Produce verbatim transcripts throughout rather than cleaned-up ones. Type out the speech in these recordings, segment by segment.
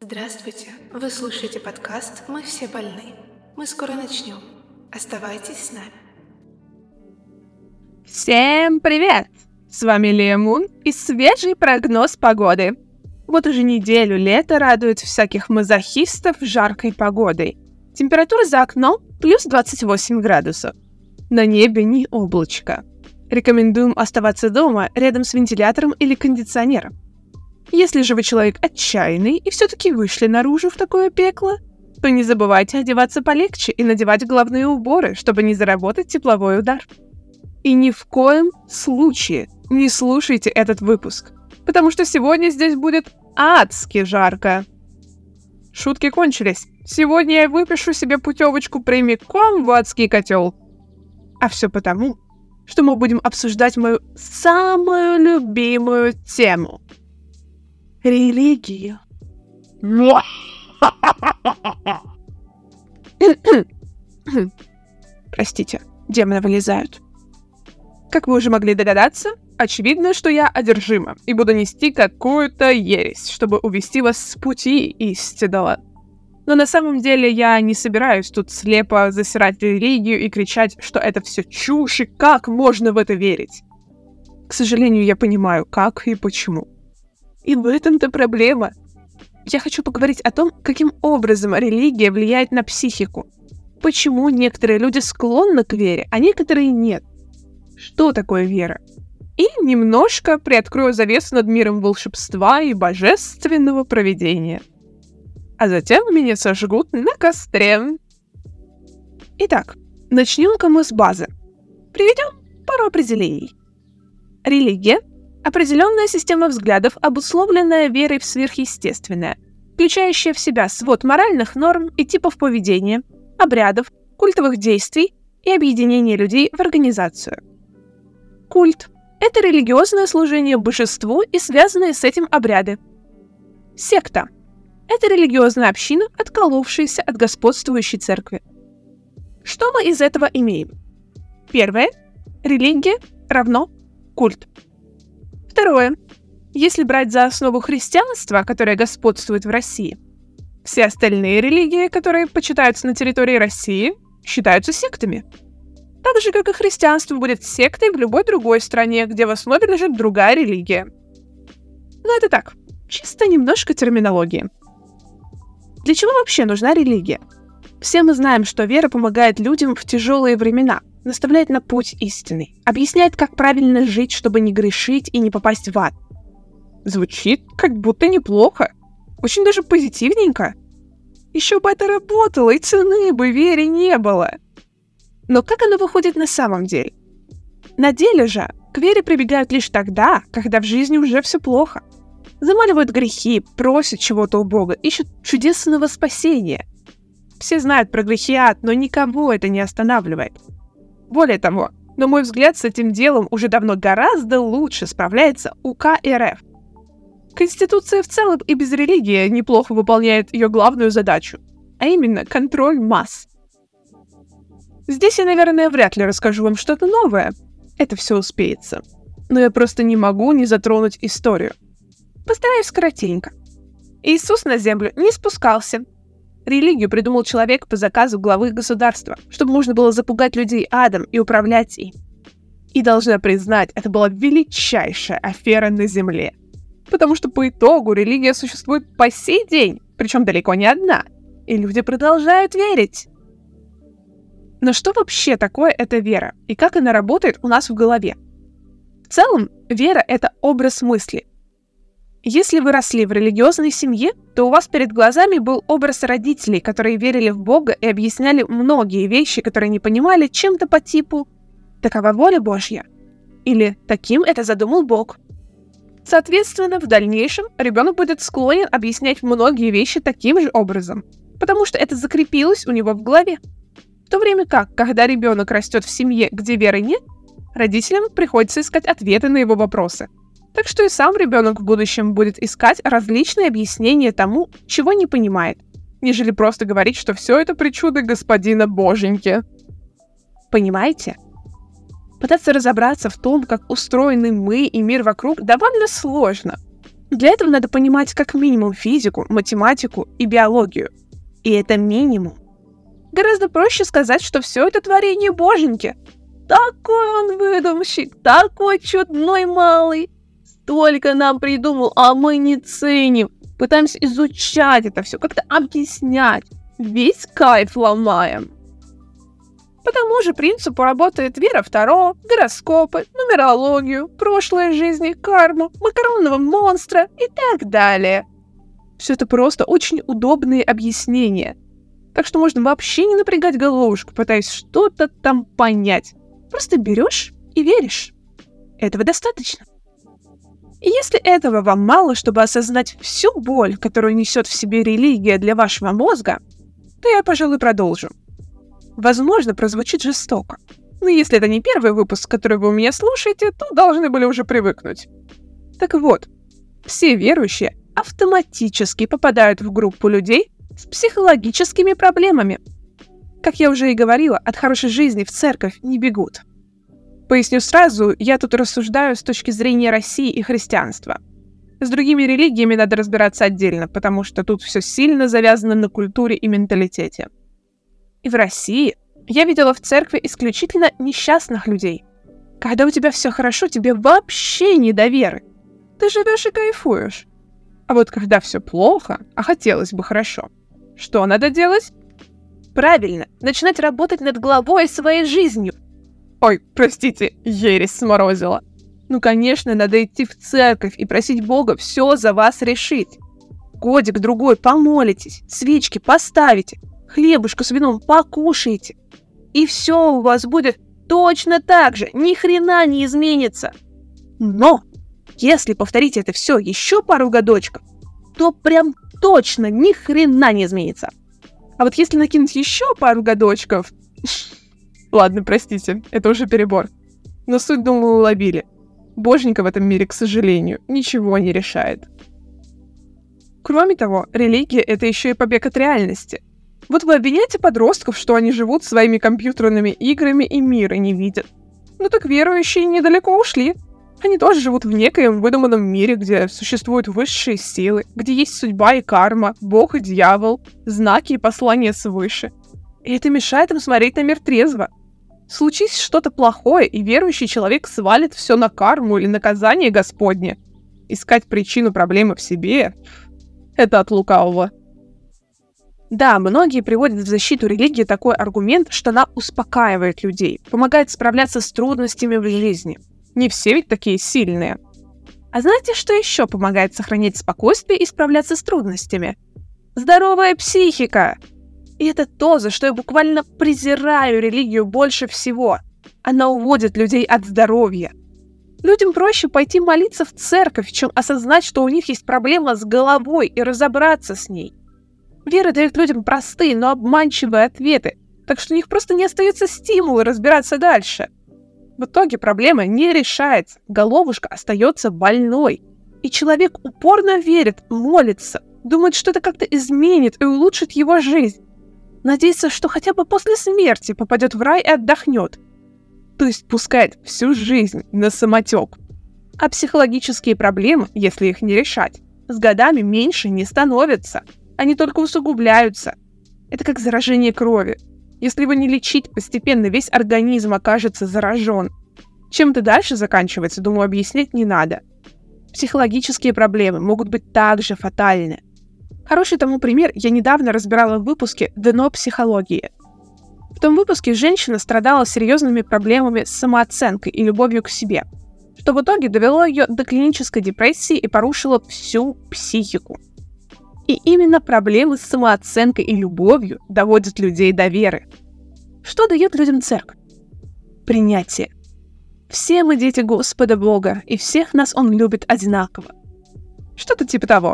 Здравствуйте! Вы слушаете подкаст «Мы все больны». Мы скоро начнем. Оставайтесь с нами. Всем привет! С вами Лия Мун и свежий прогноз погоды. Вот уже неделю лето радует всяких мазохистов жаркой погодой. Температура за окном плюс двадцать восемь градусов. На небе ни облачка. Рекомендуем оставаться дома рядом с вентилятором или кондиционером. Если же вы человек отчаянный и все-таки вышли наружу в такое пекло, то не забывайте одеваться полегче и надевать головные уборы, чтобы не заработать тепловой удар. И ни в коем случае не слушайте этот выпуск, потому что сегодня здесь будет адски жарко. Шутки кончились. Сегодня я выпишу себе путевочку прямиком в адский котел. А все потому, что мы будем обсуждать мою самую любимую тему — религию. Простите, демоны вылезают. Как вы уже могли догадаться, очевидно, что я одержима и буду нести какую-то ересь, чтобы увести вас с пути истинного. Но на самом деле я не собираюсь тут слепо засирать религию и кричать, что это все чушь и как можно в это верить. К сожалению, я понимаю, как и почему. И в этом-то проблема. Я хочу поговорить о том, каким образом религия влияет на психику. Почему некоторые люди склонны к вере, а некоторые нет. Что такое вера? И немножко приоткрою завесу над миром волшебства и божественного провидения. А затем меня сожгут на костре. Итак, начнем-ка мы с базы. Приведем пару определений. Религия — определенная система взглядов, обусловленная верой в сверхъестественное, включающая в себя свод моральных норм и типов поведения, обрядов, культовых действий и объединение людей в организацию. Культ — это религиозное служение божеству и связанные с этим обряды. Секта — это религиозная община, отколовшаяся от господствующей церкви. Что мы из этого имеем? Первое. Религия равно культ. Второе. Если брать за основу христианство, которое господствует в России, все остальные религии, которые почитаются на территории России, считаются сектами. Так же, как и христианство будет сектой в любой другой стране, где в основе лежит другая религия. Но это так, чисто немножко терминологии. Для чего вообще нужна религия? Все мы знаем, что вера помогает людям в тяжелые времена, наставляет на путь истинный, объясняет, как правильно жить, чтобы не грешить и не попасть в ад. Звучит как будто неплохо, очень даже позитивненько. Еще бы это работало, и цены бы вере не было. Но как оно выходит на самом деле? На деле же к вере прибегают лишь тогда, когда в жизни уже все плохо. Замаливают грехи, просят чего-то у Бога, ищут чудесного спасения. Все знают про грехи ад, но никого это не останавливает. Более того, на мой взгляд, с этим делом уже давно гораздо лучше справляется УК РФ. Конституция в целом и без религии неплохо выполняет ее главную задачу, а именно контроль масс. Здесь я, наверное, вряд ли расскажу вам что-то новое. Это все успеется. Но я просто не могу не затронуть историю. Постараюсь коротенько. Иисус на землю не спускался. Религию придумал человек по заказу главы государства, чтобы можно было запугать людей адом и управлять им. И должна признать, это была величайшая афера на земле. Потому что по итогу религия существует по сей день, причем далеко не одна, и люди продолжают верить. Но что вообще такое эта вера, и как она работает у нас в голове? В целом, вера — это образ мысли. Если вы росли в религиозной семье, то у вас перед глазами был образ родителей, которые верили в Бога и объясняли многие вещи, которые не понимали, чем-то по типу «такова воля Божья» или «таким это задумал Бог». Соответственно, в дальнейшем ребенок будет склонен объяснять многие вещи таким же образом, потому что это закрепилось у него в голове. В то время как, когда ребенок растет в семье, где веры нет, родителям приходится искать ответы на его вопросы. Так что и сам ребенок в будущем будет искать различные объяснения тому, чего не понимает, нежели просто говорить, что все это причуды господина Боженьки. Понимаете? Пытаться разобраться в том, как устроены мы и мир вокруг, довольно сложно. Для этого надо понимать как минимум физику, математику и биологию. И это минимум. Гораздо проще сказать, что все это творение боженьки. Такой он выдумщик, такой чудной малый. Столько нам придумал, а мы не ценим. Пытаемся изучать это все, как-то объяснять. Весь кайф ломаем. По тому же принципу работает вера в Таро, гороскопы, нумерологию, прошлые жизни, карму, макаронного монстра и так далее. Все это просто очень удобные объяснения. Так что можно вообще не напрягать головушку, пытаясь что-то там понять. Просто берешь и веришь. Этого достаточно. И если этого вам мало, чтобы осознать всю боль, которую несет в себе религия для вашего мозга, то я, пожалуй, продолжу. Возможно, прозвучит жестоко. Но если это не первый выпуск, который вы у меня слушаете, то должны были уже привыкнуть. Так вот, все верующие автоматически попадают в группу людей с психологическими проблемами. Как я уже и говорила, от хорошей жизни в церковь не бегут. Поясню сразу, я тут рассуждаю с точки зрения России и христианства. С другими религиями надо разбираться отдельно, потому что тут все сильно завязано на культуре и менталитете. И в России я видела в церкви исключительно несчастных людей. Когда у тебя все хорошо, тебе вообще не до веры. Ты живешь и кайфуешь. А вот когда все плохо, а хотелось бы хорошо, что надо делать? Правильно, начинать работать над головой и своей жизнью. Ой, простите, ересь сморозила. Ну, конечно, надо идти в церковь и просить Бога все за вас решить. Годик-другой помолитесь, свечки поставите, хлебушку с вином покушаете. И все у вас будет точно так же, ни хрена не изменится. Но если повторить это все еще пару годочков, то прям точно ни хрена не изменится. А вот если накинуть еще пару годочков... Ладно, простите, это уже перебор. Но суть, думаю, уловили. Боженька в этом мире, к сожалению, ничего не решает. Кроме того, религия — это еще и побег от реальности. Вот вы обвиняете подростков, что они живут своими компьютерными играми и мира не видят. Ну так верующие недалеко ушли. Они тоже живут в некоем выдуманном мире, где существуют высшие силы, где есть судьба и карма, Бог и дьявол, знаки и послания свыше. И это мешает им смотреть на мир трезво. Случись что-то плохое, и верующий человек свалит все на карму или наказание Господне. Искать причину проблемы в себе — это от лукавого. Да, многие приводят в защиту религии такой аргумент, что она успокаивает людей, помогает справляться с трудностями в жизни. Не все ведь такие сильные. А знаете, что еще помогает сохранять спокойствие и справляться с трудностями? Здоровая психика! И это то, за что я буквально презираю религию больше всего. Она уводит людей от здоровья. Людям проще пойти молиться в церковь, чем осознать, что у них есть проблема с головой и разобраться с ней. Вера дает людям простые, но обманчивые ответы, так что у них просто не остается стимула разбираться дальше. В итоге проблема не решается, головушка остается больной. И человек упорно верит, молится, думает, что это как-то изменит и улучшит его жизнь. Надеется, что хотя бы после смерти попадет в рай и отдохнет. То есть пускает всю жизнь на самотек. А психологические проблемы, если их не решать, с годами меньше не становятся. Они только усугубляются. Это как заражение крови. Если его не лечить, постепенно весь организм окажется заражен. Чем это дальше заканчивается, думаю, объяснять не надо. Психологические проблемы могут быть также фатальны. Хороший тому пример я недавно разбирала в выпуске «Дно психологии». В том выпуске женщина страдала серьезными проблемами с самооценкой и любовью к себе, что в итоге довело ее до клинической депрессии и порушило всю психику. И именно проблемы с самооценкой и любовью доводят людей до веры. Что дает людям церковь? Принятие. Все мы дети Господа Бога, и всех нас Он любит одинаково. Что-то типа того.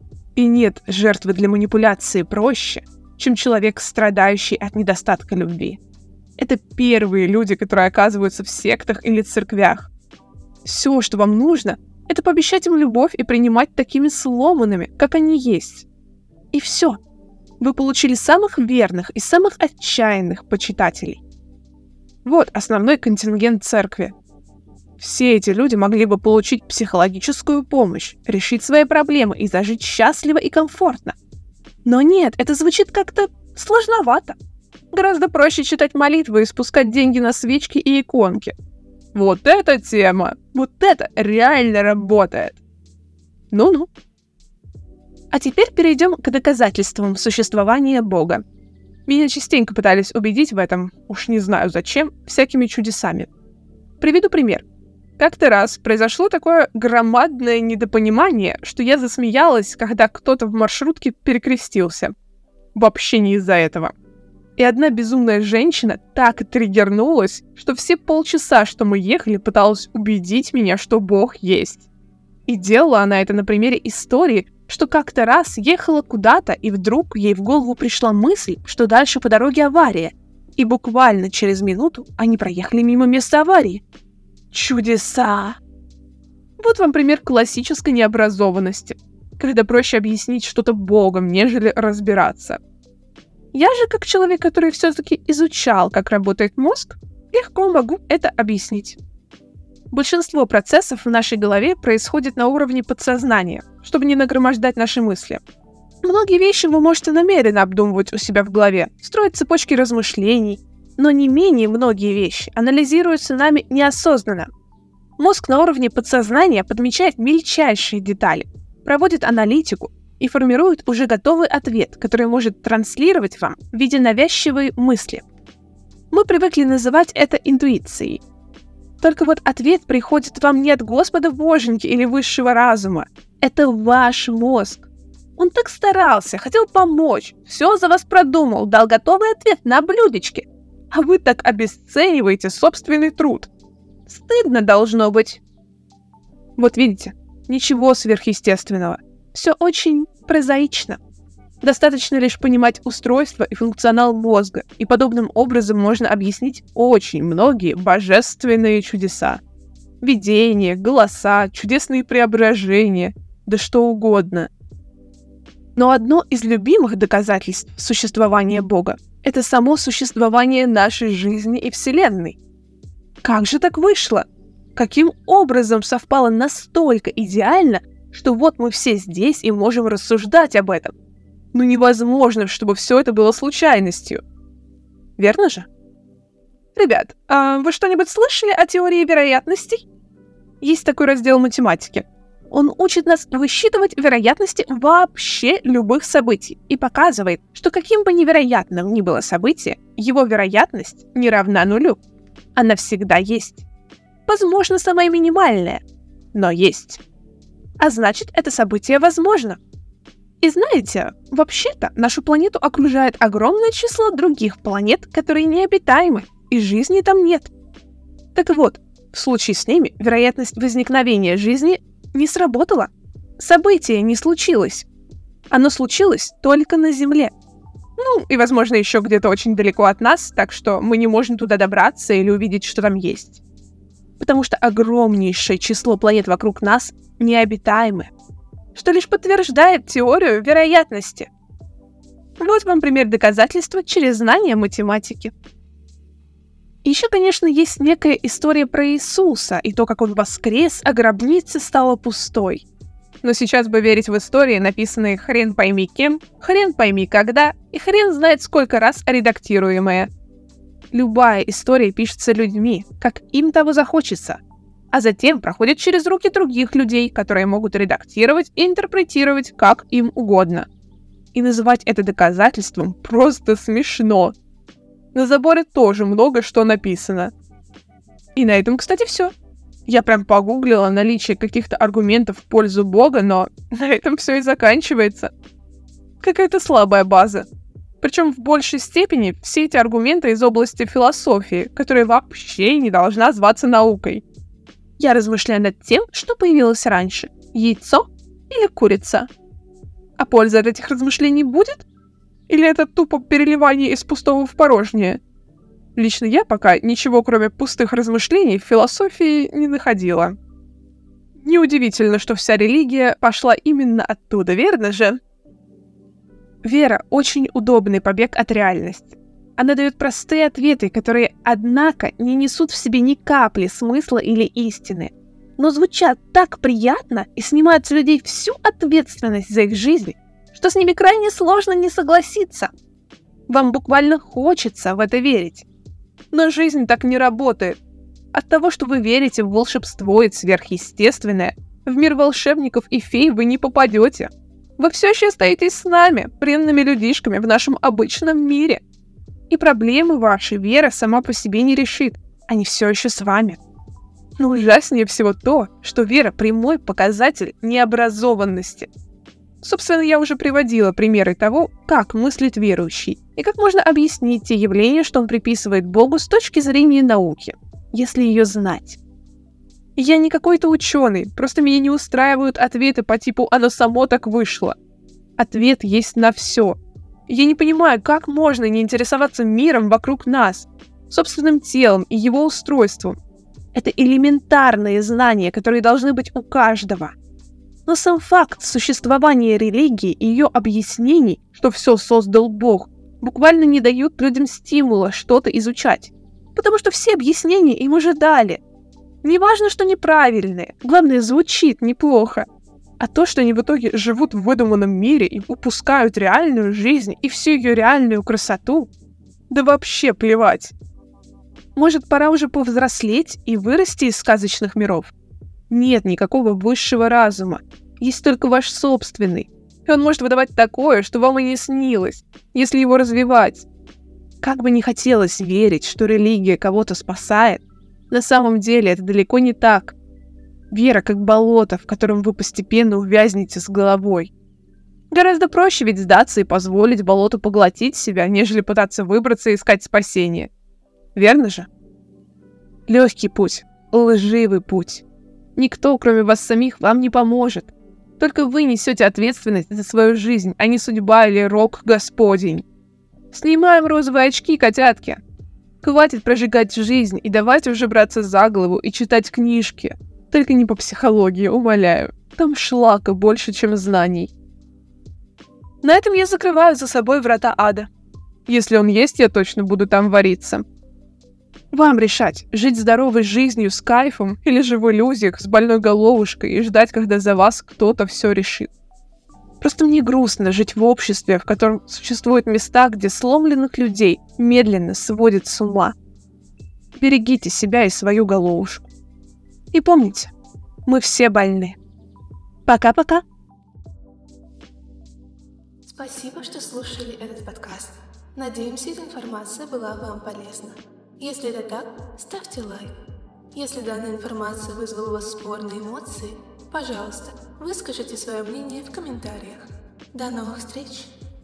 И нет жертвы для манипуляции проще, чем человек, страдающий от недостатка любви. Это первые люди, которые оказываются в сектах или церквях. Все, что вам нужно, это пообещать им любовь и принимать такими сломанными, как они есть. И все. Вы получили самых верных и самых отчаянных почитателей. Вот основной контингент церкви. Все эти люди могли бы получить психологическую помощь, решить свои проблемы и зажить счастливо и комфортно. Но нет, это звучит как-то сложновато. Гораздо проще читать молитвы и спускать деньги на свечки и иконки. Вот эта тема! Вот это реально работает! Ну-ну. А теперь перейдем к доказательствам существования Бога. Меня частенько пытались убедить в этом, уж не знаю зачем, всякими чудесами. Приведу пример. Как-то раз произошло такое громадное недопонимание, что я засмеялась, когда кто-то в маршрутке перекрестился. Вообще не из-за этого. И одна безумная женщина так триггернулась, что все полчаса, что мы ехали, пыталась убедить меня, что Бог есть. И делала она это на примере истории, что как-то раз ехала куда-то, и вдруг ей в голову пришла мысль, что дальше по дороге авария. И буквально через минуту они проехали мимо места аварии. Чудеса! Вот вам пример классической необразованности, когда проще объяснить что-то Богом, нежели разбираться. Я же, как человек, который все-таки изучал, как работает мозг, легко могу это объяснить. Большинство процессов в нашей голове происходит на уровне подсознания, чтобы не нагромождать наши мысли. Многие вещи вы можете намеренно обдумывать у себя в голове, строить цепочки размышлений, но не менее многие вещи анализируются нами неосознанно. Мозг на уровне подсознания подмечает мельчайшие детали, проводит аналитику и формирует уже готовый ответ, который может транслировать вам в виде навязчивой мысли. Мы привыкли называть это интуицией. Только вот ответ приходит вам не от Господа Боженьки или высшего разума. Это ваш мозг. Он так старался, хотел помочь, все за вас продумал, дал готовый ответ на блюдечке. А вы так обесцениваете собственный труд. Стыдно должно быть. Вот видите, ничего сверхъестественного. Все очень прозаично. Достаточно лишь понимать устройство и функционал мозга, и подобным образом можно объяснить очень многие божественные чудеса. Видения, голоса, чудесные преображения, да что угодно. Но одно из любимых доказательств существования Бога — это само существование нашей жизни и Вселенной. Как же так вышло? Каким образом совпало настолько идеально, что вот мы все здесь и можем рассуждать об этом? Ну невозможно, чтобы все это было случайностью. Верно же? Ребят, а вы что-нибудь слышали о теории вероятностей? Есть такой раздел математики. Он учит нас высчитывать вероятности вообще любых событий и показывает, что каким бы невероятным ни было событие, его вероятность не равна нулю. Она всегда есть. Возможно, самая минимальная, но есть. А значит, это событие возможно. И знаете, вообще-то нашу планету окружает огромное число других планет, которые необитаемы, и жизни там нет. Так вот, в случае с ними вероятность возникновения жизни не сработала. Событие не случилось. Оно случилось только на Земле. Ну, и, возможно, еще где-то очень далеко от нас, так что мы не можем туда добраться или увидеть, что там есть. Потому что огромнейшее число планет вокруг нас необитаемы, что лишь подтверждает теорию вероятности. Вот вам пример доказательства через знание математики. Еще, конечно, есть некая история про Иисуса и то, как он воскрес, а гробница стала пустой. Но сейчас бы верить в истории, написанные хрен пойми кем, хрен пойми когда и хрен знает сколько раз редактируемые. Любая история пишется людьми, как им того захочется, а затем проходит через руки других людей, которые могут редактировать и интерпретировать как им угодно. И называть это доказательством просто смешно. На заборе тоже много что написано. И на этом, кстати, все. Я прям погуглила наличие каких-то аргументов в пользу Бога, но на этом все и заканчивается. Какая-то слабая база. Причем в большей степени все эти аргументы из области философии, которая вообще не должна зваться наукой. Я размышляю над тем, что появилось раньше – яйцо или курица. А польза от этих размышлений будет? Или это тупо переливание из пустого в порожнее? Лично я пока ничего, кроме пустых размышлений, в философии не находила. Неудивительно, что вся религия пошла именно оттуда, верно же? Вера – очень удобный побег от реальности. Она дает простые ответы, которые, однако, не несут в себе ни капли смысла или истины, но звучат так приятно и снимают с людей всю ответственность за их жизнь, что с ними крайне сложно не согласиться. Вам буквально хочется в это верить. Но жизнь так не работает. От того, что вы верите в волшебство и сверхъестественное, в мир волшебников и фей вы не попадете. Вы все еще остаетесь с нами, бренными людишками в нашем обычном мире. И проблемы вашей вера сама по себе не решит. Они все еще с вами. Но ужаснее всего то, что вера – прямой показатель необразованности. Собственно, я уже приводила примеры того, как мыслит верующий, и как можно объяснить те явления, что он приписывает Богу с точки зрения науки, если ее знать. Я не какой-то ученый, просто меня не устраивают ответы по типу «оно само так вышло». Ответ есть на все. Я не понимаю, как можно не интересоваться миром вокруг нас, собственным телом и его устройством. Это элементарные знания, которые должны быть у каждого. Но сам факт существования религии и ее объяснений, что все создал Бог, буквально не дают людям стимула что-то изучать. Потому что все объяснения им уже дали. Не важно, что неправильные, главное, звучит неплохо. А то, что они в итоге живут в выдуманном мире и упускают реальную жизнь и всю ее реальную красоту, да вообще плевать. Может, пора уже повзрослеть и вырасти из сказочных миров? Нет никакого высшего разума, есть только ваш собственный. И он может выдавать такое, что вам и не снилось, если его развивать. Как бы ни хотелось верить, что религия кого-то спасает, на самом деле это далеко не так. Вера как болото, в котором вы постепенно увязнете с головой. Гораздо проще ведь сдаться и позволить болоту поглотить себя, нежели пытаться выбраться и искать спасение. Верно же? Легкий путь, лживый путь. Никто, кроме вас самих, вам не поможет. Только вы несете ответственность за свою жизнь, а не судьба или рок Господень. Снимаем розовые очки, котятки. Хватит прожигать жизнь и давайте уже браться за голову и читать книжки. Только не по психологии, умоляю. Там шлака больше, чем знаний. На этом я закрываю за собой врата ада. Если он есть, я точно буду там вариться. Вам решать, жить здоровой жизнью с кайфом или же в иллюзиях с больной головушкой и ждать, когда за вас кто-то все решит. Просто мне грустно жить в обществе, в котором существуют места, где сломленных людей медленно сводит с ума. Берегите себя и свою головушку. И помните, мы все больны. Пока-пока. Спасибо, что слушали этот подкаст. Надеемся, эта информация была вам полезна. Если это так, ставьте лайк. Если данная информация вызвала у вас спорные эмоции, пожалуйста, выскажите свое мнение в комментариях. До новых встреч!